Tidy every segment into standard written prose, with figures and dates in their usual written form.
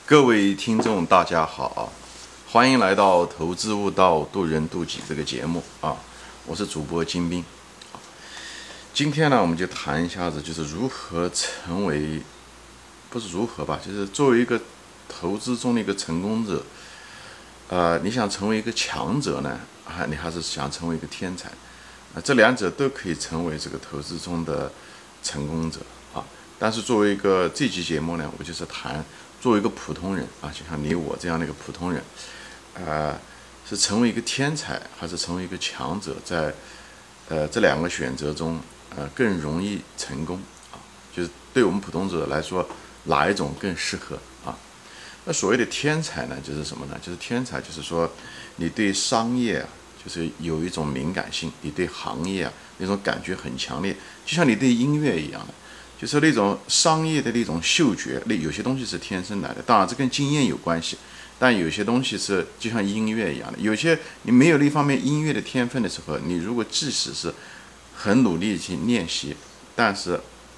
各位听众，大家好，欢迎来到《投资悟道，渡人渡己》这个节目啊，我是主播金兵。今天呢，我们就谈一下子，就是如何成为，不是如何吧，就是作为一个投资中的一个成功者，你想成为一个强者呢，你还是想成为一个天才？这两者都可以成为这个投资中的成功者啊。但是作为一个这期节目呢，我就是谈作为一个普通人啊，就像你我这样的一个普通人，是成为一个天才还是成为一个强者，在这两个选择中，更容易成功啊？就是对我们普通者来说，哪一种更适合啊？那所谓的天才呢，就是什么呢？就是天才，就是说你对商业啊，就是有一种敏感性，你对行业啊那种感觉很强烈，就像你对音乐一样的。就是那种商业的那种嗅觉，有些东西是天生来的，当然这跟经验有关系，但有些东西是就像音乐一样的，有些你没有那方面音乐的天分的时候，你如果即使是很努力去练习，但是，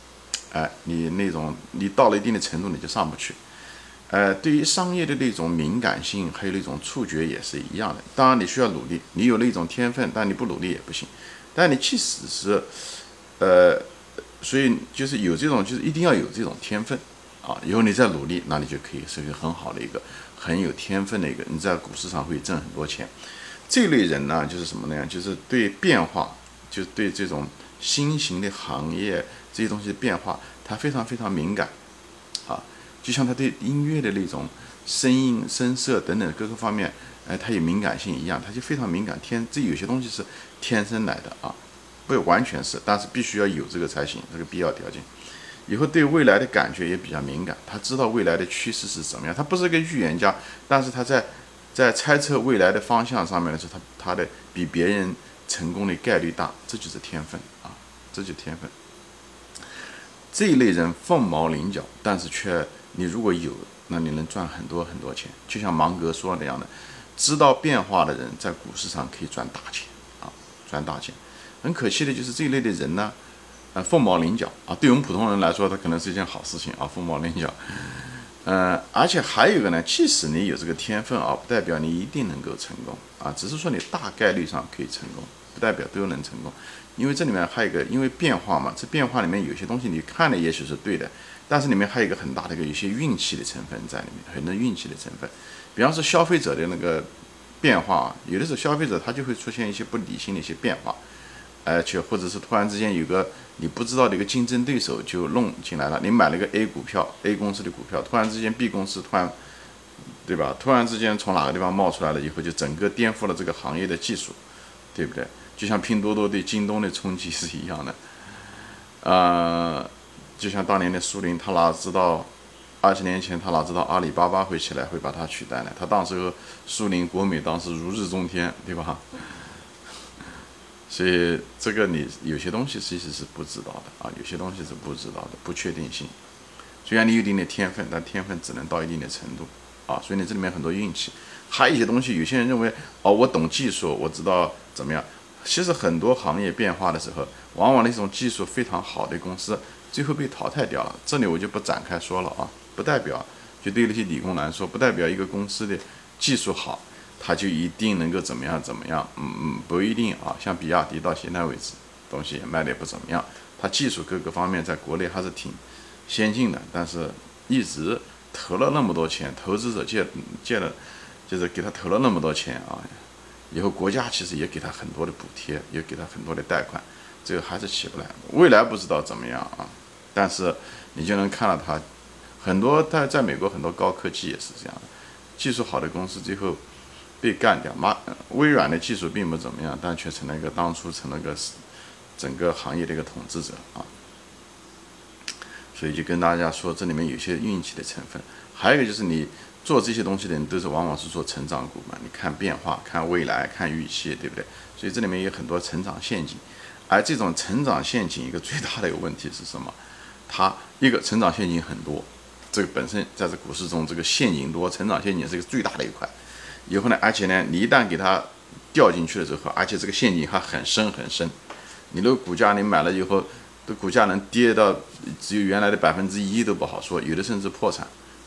你到了一定的程度你就上不去。对于商业的那种敏感性，还有那种触觉也是一样的。当然你需要努力，你有那种天分，但你不努力也不行。但你即使是，所以就是有这种，就是一定要有这种天分啊！以后你再努力，那你就可以是一个很好的一个很有天分的一个，你在股市上会挣很多钱。这类人呢，就是什么呢？就是对变化，就是对这种新型的行业这些东西的变化，他非常非常敏感啊！就像他对音乐的那种声音、声色等等各个方面，他有敏感性一样，他就非常敏感。这有些东西是天生来的啊。不完全是，但是必须要有这个才行，这个必要条件。以后对未来的感觉也比较敏感，他知道未来的趋势是怎么样。他不是个预言家，但是他在猜测未来的方向上面的时候，他的比别人成功的概率大，这就是天分啊，这就是天分。这一类人凤毛麟角，但是却你如果有，那你能赚很多很多钱。就像芒格说的那样的，知道变化的人在股市上可以赚大钱啊，赚大钱。很可惜的就是这一类的人呢，凤毛麟角啊。对我们普通人来说，它可能是一件好事情啊，凤毛麟角。而且还有一个呢，即使你有这个天分啊，不代表你一定能够成功啊，只是说你大概率上可以成功，不代表都能成功。因为这里面还有一个，因为变化嘛，这变化里面有些东西你看的也许是对的，但是里面还有一个很大的有些运气的成分在里面，很多运气的成分。比方说消费者的那个变化，有的时候消费者他就会出现一些不理性的一些变化。而且或者是突然之间有个你不知道的一个竞争对手就弄进来了，你买了个 A 股票 ，A 公司的股票，突然之间 B 公司对吧？突然之间从哪个地方冒出来了以后，就整个颠覆了这个行业的技术，对不对？就像拼多多对京东的冲击是一样的，就像当年的苏宁，他哪知道20年前他哪知道阿里巴巴会起来会把它取代呢？他当时苏宁、国美当时如日中天，对吧？所以这个你有些东西其实是不知道的啊，有些东西是不知道的，不确定性。虽然你有一定的天分，但天分只能到一定的程度啊，所以你这里面很多运气。还有一些东西，有些人认为我懂技术，我知道怎么样。其实很多行业变化的时候，往往那种技术非常好的公司最后被淘汰掉了。这里我就不展开说了啊，不代表就对那些理工来说，不代表一个公司的技术好。它就一定能够怎么样？不一定啊。像比亚迪到现在为止，东西也卖得也不怎么样。它技术各个方面在国内还是挺先进的，但是一直投了那么多钱，投资者借了，就是给他投了那么多钱啊。以后国家其实也给他很多的补贴，也给他很多的贷款，这个还是起不来。未来不知道怎么样啊，但是你就能看到它很多，在美国很多高科技也是这样的，技术好的公司最后被干掉。微软的技术并不怎么样，但却成了一个当初成了个整个行业的一个统治者啊。所以就跟大家说，这里面有些运气的成分。还有一个就是你做这些东西的人都是往往是做成长股嘛，你看变化、看未来、看预期，对不对？所以这里面有很多成长陷阱。而这种成长陷阱一个最大的一个问题是什么？它一个成长陷阱很多，这个本身在这股市中这个陷阱多，成长陷阱是一个最大的一块。以后呢，而且呢，你一旦给它掉进去了之后，而且这个陷阱还很深很深，你的股价你买了以后，的股价能跌到只有原来的1%都不好说，有的甚至破产。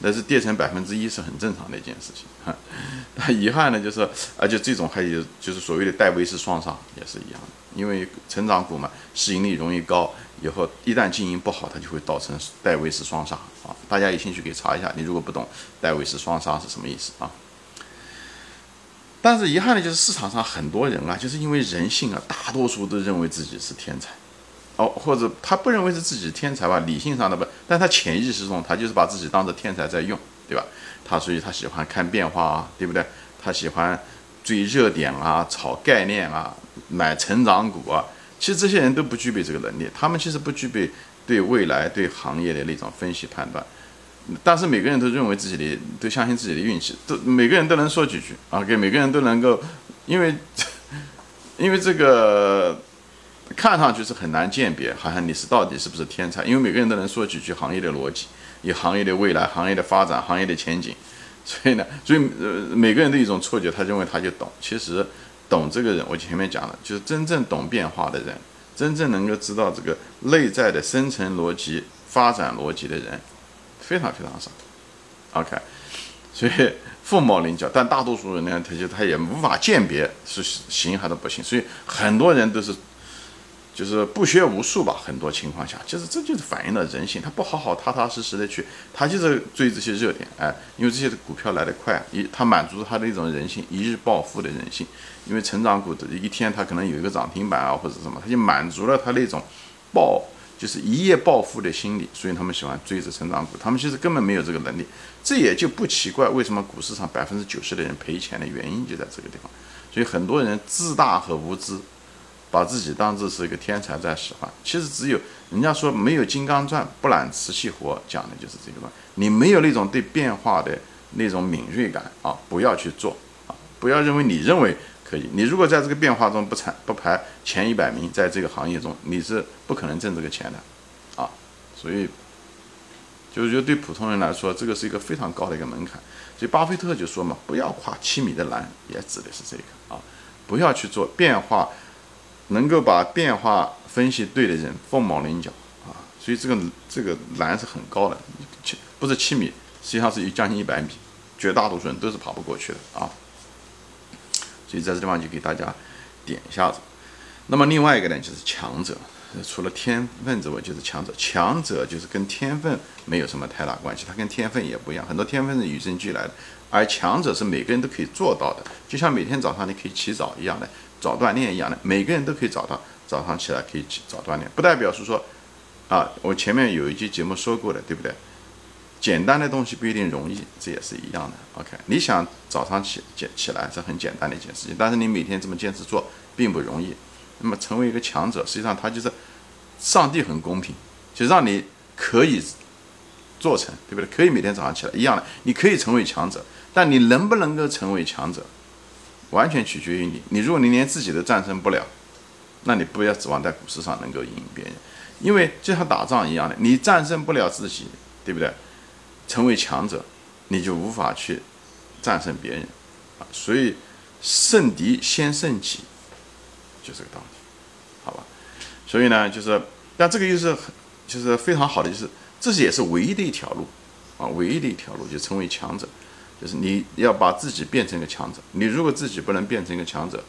但是跌成1%是很正常的一件事情哈。遗憾呢就是，而且这种还有就是所谓的戴维斯双杀也是一样的，因为成长股嘛，市盈率容易高，以后一旦经营不好，它就会造成戴维斯双杀啊。大家有兴趣可以查一下，你如果不懂戴维斯双杀是什么意思啊？但是遗憾的就是市场上很多人啊，就是因为人性啊，大多数都认为自己是天才，或者他不认为是自己天才吧，理性上的不，但他潜意识中他就是把自己当成天才在用，对吧？所以他喜欢看变化啊，对不对？他喜欢追热点啊，炒概念啊，买成长股啊。其实这些人都不具备这个能力，他们其实不具备对未来、对行业的那种分析判断。但是每个人都认为自己的，都相信自己的运气，每个人都能说几句啊，给每个人都能够，因为这个看上去是很难鉴别，好像你到底是不是天才，因为每个人都能说几句行业的逻辑，以行业的未来、行业的发展、行业的前景，所以每个人都有一种错觉，他认为他就懂，其实懂这个人，我前面讲了，就是真正懂变化的人，真正能够知道这个内在的深层逻辑、发展逻辑的人。非常非常少 ，OK， 所以凤毛麟角，但大多数人呢，他也无法鉴别是行还是不行，所以很多人都是就是不学无术吧，很多情况下，这就是反映了人性，他不好好踏踏实实的去，他就是追这些热点，因为这些股票来得快，他满足他的一种人性，一日暴富的人性，因为成长股的一天他可能有一个涨停板啊或者什么，他就满足了他那种就是一夜暴富的心理，所以他们喜欢追着成长股，他们其实根本没有这个能力，这也就不奇怪为什么股市上90%的人赔钱的原因就在这个地方。所以很多人自大和无知，把自己当作是一个天才在使唤，其实只有人家说没有金刚钻不揽瓷器活，讲的就是这个东西。你没有那种对变化的那种敏锐感啊，不要去做啊，不要认为你认为可以，你如果在这个变化中不排前100名，在这个行业中你是不可能挣这个钱的啊。所以就是觉得对普通人来说，这个是一个非常高的一个门槛。所以巴菲特就说嘛，不要跨7米的栏，也指的是这个啊，不要去做变化，能够把变化分析对的人凤毛麟角啊。所以这个栏是很高的，不是7米，实际上是将近100米，绝大多数人都是爬不过去的啊。所以在这地方就给大家点一下子。那么另外一个呢，就是强者，除了天分之外，就是强者。强者就是跟天分没有什么太大关系，它跟天分也不一样。很多天分是与生俱来的，而强者是每个人都可以做到的。就像每天早上你可以起早一样的，早锻炼一样的，每个人都可以找到早上起来可以早锻炼。不代表是说我前面有一期节目说过的，对不对？简单的东西不一定容易，这也是一样的。OK， 你想早上起来是很简单的一件事情，但是你每天这么坚持做并不容易。那么成为一个强者，实际上他就是上帝很公平，就让你可以做成，对不对？可以每天早上起来一样的，你可以成为强者，但你能不能够成为强者，完全取决于你。你如果你连自己都战胜不了，那你不要指望在股市上能够赢别人，因为就像打仗一样的，你战胜不了自己，对不对？成为强者，你就无法去战胜别人所以胜敌先胜己，就这个道理，好吧？所以呢，但这个就是非常好的，这也是唯一的一条路唯一的一条路就成为强者，就是你要把自己变成一个强者。你如果自己不能变成一个强者，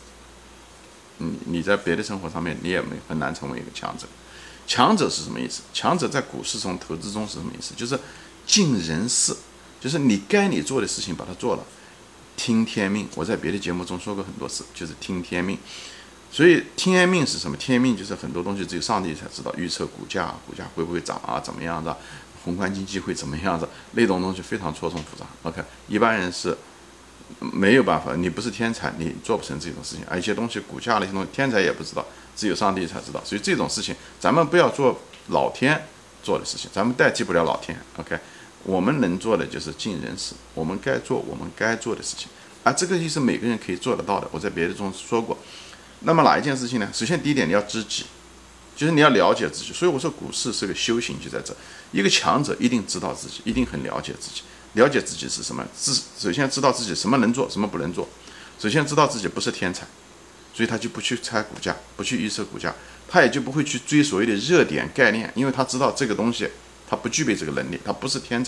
你在别的生活上面你也很难成为一个强者。强者是什么意思？强者在股市中、投资中是什么意思？就是尽人事，就是你该做的事情把它做了，听天命。我在别的节目中说过很多次，就是听天命。所以天命是什么？天命就是很多东西只有上帝才知道，预测股价会不会涨怎么样的，宏观经济会怎么样的，那种东西非常错综复杂。OK， 一般人是没有办法，你不是天才，你做不成这种事情。而一些东西，股价那些东西，天才也不知道，只有上帝才知道。所以这种事情，咱们不要做老天做的事情，咱们代替不了老天。OK。我们能做的就是尽人事，我们该做我们该做的事情，这个就是每个人可以做得到的。我在别的中说过。那么哪一件事情呢？首先第一点，你要知己，就是你要了解自己。所以我说股市是个修行，就在这。一个强者一定知道自己，一定很了解自己。了解自己是什么？首先知道自己什么能做，什么不能做。首先知道自己不是天才，所以他就不去猜股价，不去预测股价，他也就不会去追所谓的热点概念，因为他知道这个东西他不具备这个能力，他不是天才，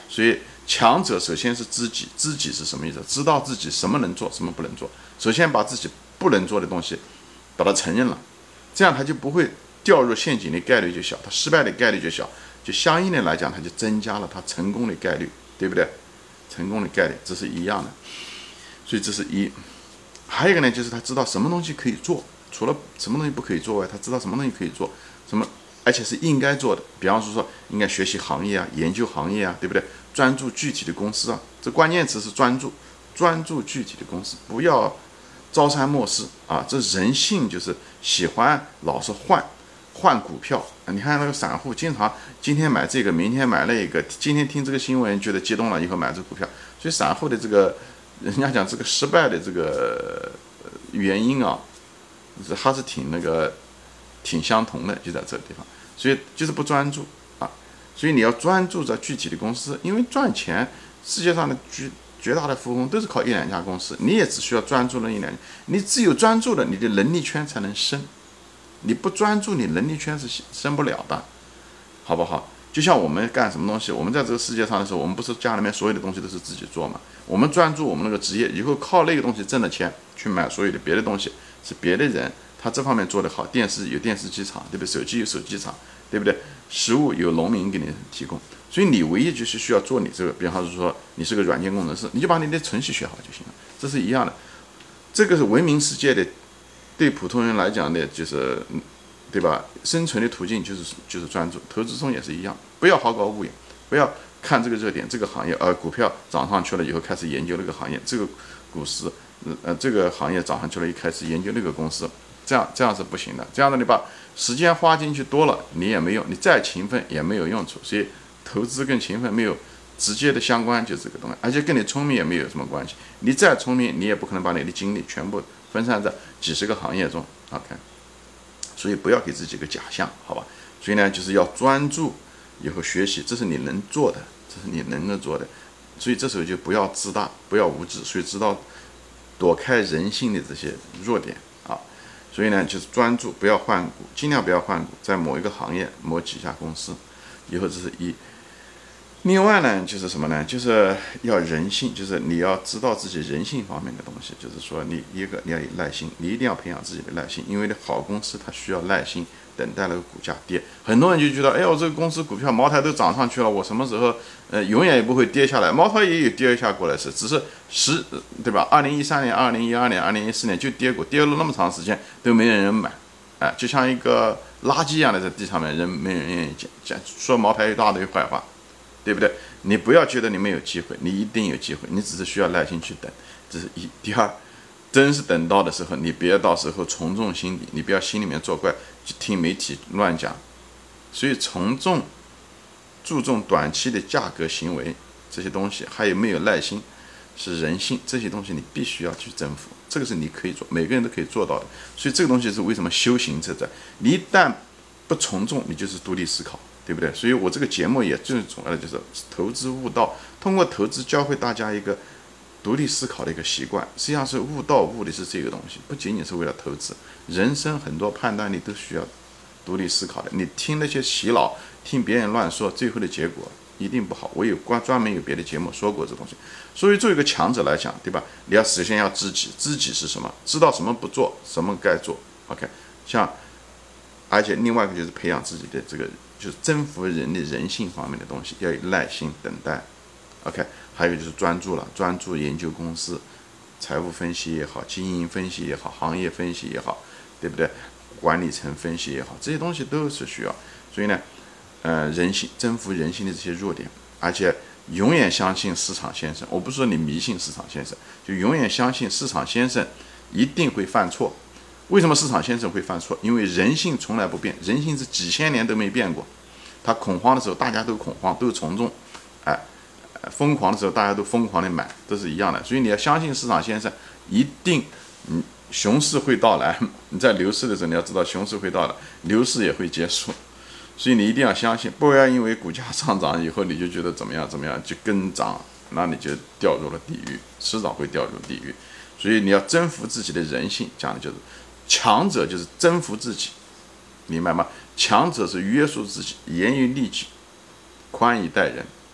所以强者首先是知己，知己是什么意思？知道自己什么能做，什么不能做。首先把自己不能做的东西把它承认了，这样他就不会掉入陷阱的概率就小，他失败的概率就小，就相应的来讲，他就增加了他成功的概率，对不对？成功的概率这是一样的，所以这是一。还有一个呢，就是他知道什么东西可以做，除了什么东西不可以做外，他知道什么东西可以做，什么而且是应该做的。比方说应该学习行业啊，研究行业啊，对不对？专注具体的公司啊，这关键词是专注，专注具体的公司，不要朝三暮四啊。这人性就是喜欢老是换股票。你看那个散户经常今天买这个，明天买那个，今天听这个新闻觉得激动了，以后买这个股票。所以散户的这个，人家讲这个失败的这个原因啊，还是挺相同的，就在这个地方。所以就是不专注啊。所以你要专注在具体的公司，因为赚钱，世界上的绝大的富翁都是靠一两家公司，你也只需要专注那一两家。你只有专注了，你的能力圈才能深。你不专注，你能力圈是深不了的，好不好？就像我们干什么东西，我们在这个世界上的时候，我们不是家里面所有的东西都是自己做嘛？我们专注我们那个职业，以后靠那个东西挣的钱去买所有的别的东西，是别的人他这方面做得好，电视有电视机厂，对不对？手机有手机厂，对不对？食物有农民给你提供，所以你唯一就是需要做你这个，比方说你是个软件工程师，你就把你的程序学好就行了，这是一样的。这个是文明世界的，对普通人来讲呢，就是对吧？生存的途径就是专注，投资中也是一样，不要好高骛远，不要看这个热点，这个行业股票涨上去了以后开始研究那个行业，这个股市这个行业涨上去了，一开始研究那个公司，这样是不行的。这样的你把时间花进去多了，你也没用，你再勤奋也没有用处。所以投资跟勤奋没有直接的相关，就这个东西，而且跟你聪明也没有什么关系。你再聪明，你也不可能把你的精力全部分散在几十个行业中。OK。所以不要给自己个假象，好吧？所以呢，就是要专注，以后学习，这是你能做的，这是你能够做的。所以这时候就不要自大，不要无知，所以知道躲开人性的这些弱点啊。所以呢，就是专注，不要换股，尽量不要换股，在某一个行业、某几家公司，以后这是一。另外呢，就是什么呢？就是要人性，就是你要知道自己人性方面的东西。就是说，你要有耐心，你一定要培养自己的耐心，因为好公司它需要耐心等待那个股价跌。很多人就觉得，哎，我这个公司股票茅台都涨上去了，我什么时候永远也不会跌下来？茅台也有跌一下过来是，只是对吧？2013年、2012年、2014年就跌过，跌了那么长时间都没人买，哎，就像一个垃圾一样的在地上面，没人愿意讲，说茅台一大堆坏话。对不对？你不要觉得你没有机会，你一定有机会，你只是需要耐心去等，这是一。第二，真是等到的时候，你别到时候从众心理，你不要心里面作怪，去听媒体乱讲。所以注重短期的价格行为这些东西，还有没有耐心，是人性这些东西你必须要去征服，这个是你可以做，每个人都可以做到的。所以这个东西是为什么修行者在，你一旦不从众，你就是独立思考。对不对？所以我这个节目也最重要的就是投资悟道，通过投资教会大家一个独立思考的一个习惯。实际上是悟道悟的是这个东西，不仅仅是为了投资，人生很多判断力都需要独立思考的。你听那些洗脑，听别人乱说，最后的结果一定不好。我有专门有别的节目说过这东西。所以作为一个强者来讲，对吧？你要首先要知己，知己是什么？知道什么不做，什么该做。OK， 而且另外一个就是培养自己的这个。就是征服人的人性方面的东西，要有耐心等待。OK， 还有就是专注了，专注研究公司，财务分析也好，经营分析也好，行业分析也好，对不对？管理层分析也好，这些东西都是需要。所以呢，人性征服人性的这些弱点，而且永远相信市场先生。我不是说你迷信市场先生，就永远相信市场先生一定会犯错。为什么市场先生会犯错？因为人性从来不变，人性是几千年都没变过。他恐慌的时候，大家都恐慌，都从众；疯狂的时候，大家都疯狂的买，都是一样的。所以你要相信市场先生，一定，熊市会到来。你在牛市的时候，你要知道熊市会到来，牛市也会结束。所以你一定要相信，不要因为股价上涨以后，你就觉得怎么样就跟涨，那你就掉入了地狱，迟早会掉入地狱。所以你要征服自己的人性，讲的就是。强者就是征服自己，明白吗？强者是约束自己，严于律己，宽以待人，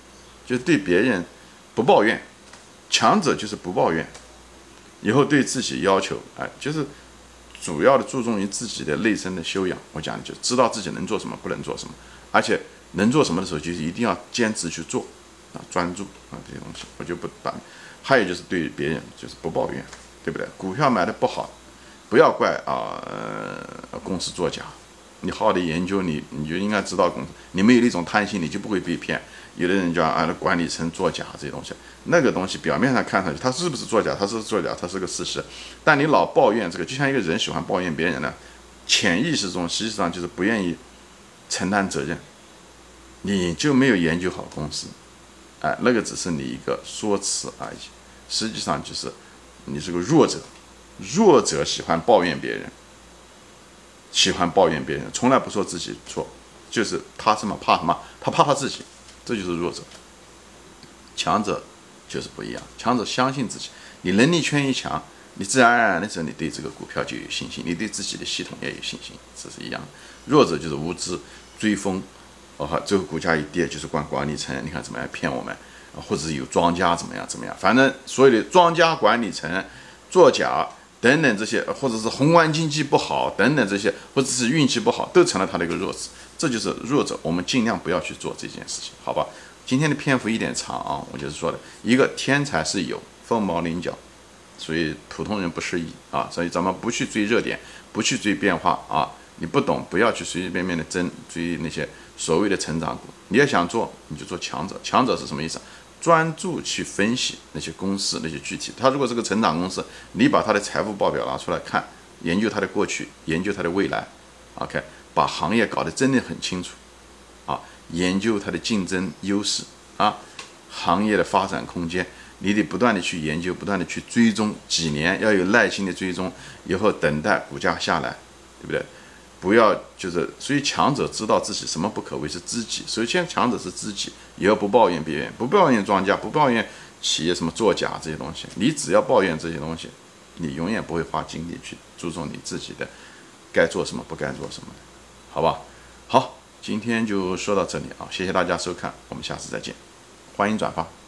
就是对别人不抱怨，强者就是不抱怨，以后对自己要求，就是主要的注重于自己的内身的修养。我讲的就知道自己能做什么，不能做什么，而且能做什么的时候，就是一定要坚持去做专注这些东西，我就不把。还有就是对别人就是不抱怨，对不对？股票买的不好，不要怪公司作假，你好好的研究你就应该知道公司，你没有那种贪心，你就不会被骗。有的人讲管理层作假这些东西，那个东西表面上看上去它是不是作假，它是作假，它是个事实。但你老抱怨这个，就像一个人喜欢抱怨别人呢，潜意识中实际上就是不愿意承担责任，你就没有研究好公司。那个只是你一个说辞而已，实际上就是你是个弱者，弱者喜欢抱怨别人，从来不说自己错，就是他什么怕什么，他怕他自己，这就是弱者。强者就是不一样，强者相信自己，你能力圈一强，你自然而然的时候，你对这个股票就有信心，你对自己的系统也有信心，这是一样的。弱者就是无知，追风。最后股价一跌，就是怪管理层，你看怎么样骗我们，或者是有庄家怎么样，反正所有的庄家、管理层、作假等等这些，或者是宏观经济不好等等这些，或者是运气不好，都成了他的一个弱势。这就是弱者，我们尽量不要去做这件事情，好吧？今天的篇幅有点长啊，我就是说的一个天才是有，凤毛麟角，所以普通人不适宜啊，所以咱们不去追热点，不去追变化啊。你不懂，不要去随随便便的追那些所谓的成长股。你要想做，你就做强者。强者是什么意思？专注去分析那些公司，那些具体。它如果是个成长公司，你把它的财务报表拿出来看，研究它的过去，研究它的未来。OK， 把行业搞得真的很清楚研究它的竞争优势行业的发展空间。你得不断的去研究，不断的去追踪，几年要有耐心的追踪，以后等待股价下来，对不对？不要所以强者知道自己什么不可为，是知己。首先强者是知己，以后不抱怨别人，不抱怨庄家，不抱怨企业什么作假这些东西。你只要抱怨这些东西，你永远不会花精力去注重你自己的该做什么，不该做什么的，好吧？好，今天就说到这里谢谢大家收看，我们下次再见，欢迎转发。